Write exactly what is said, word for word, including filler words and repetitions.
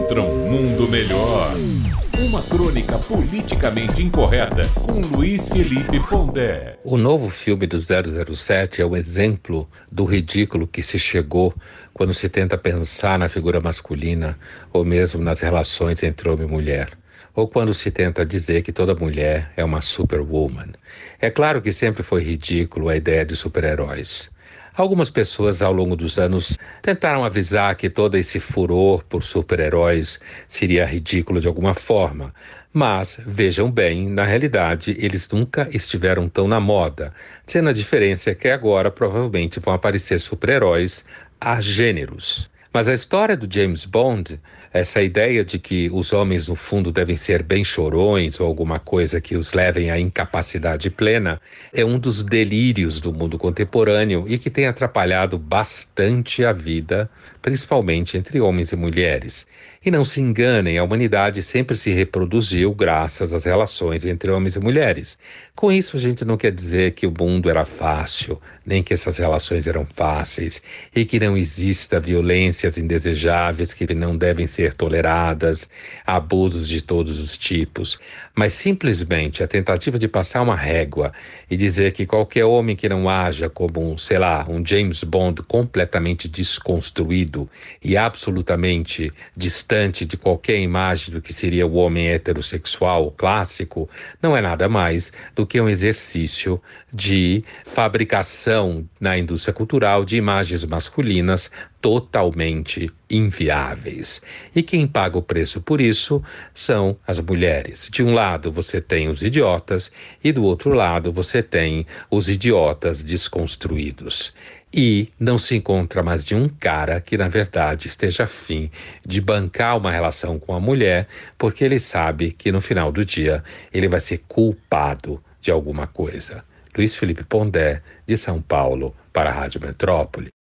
contra um mundo melhor. Uma crônica politicamente incorreta com Luiz Felipe Pondé. O novo filme do zero zero sete é um exemplo do ridículo que se chegou quando se tenta pensar na figura masculina ou mesmo nas relações entre homem e mulher. Ou quando se tenta dizer que toda mulher é uma superwoman. É claro que sempre foi ridículo a ideia de super-heróis. Algumas pessoas ao longo dos anos tentaram avisar que todo esse furor por super-heróis seria ridículo de alguma forma. Mas, vejam bem, na realidade, eles nunca estiveram tão na moda, sendo a diferença é que agora provavelmente vão aparecer super-heróis a gêneros. Mas a história do James Bond, essa ideia de que os homens no fundo devem ser bem chorões ou alguma coisa que os levem à incapacidade plena, é um dos delírios do mundo contemporâneo e que tem atrapalhado bastante a vida, principalmente entre homens e mulheres. E não se enganem, a humanidade sempre se reproduziu graças às relações entre homens e mulheres. Com isso, a gente não quer dizer que o mundo era fácil, nem que essas relações eram fáceis, e que não exista violências indesejáveis que não devem ser toleradas, abusos de todos os tipos. Mas simplesmente a tentativa de passar uma régua e dizer que qualquer homem que não haja como um, sei lá, um James Bond completamente desconstruído e absolutamente distante de qualquer imagem do que seria o homem heterossexual clássico, não é nada mais do que um exercício de fabricação na indústria cultural de imagens masculinas totalmente inviáveis. E quem paga o preço por isso são as mulheres. De um lado você tem os idiotas e do outro lado você tem os idiotas desconstruídos. E não se encontra mais de um cara que, na verdade, esteja afim de bancar uma relação com a mulher, porque ele sabe que, no final do dia, ele vai ser culpado de alguma coisa. Luiz Felipe Pondé, de São Paulo, para a Rádio Metrópole.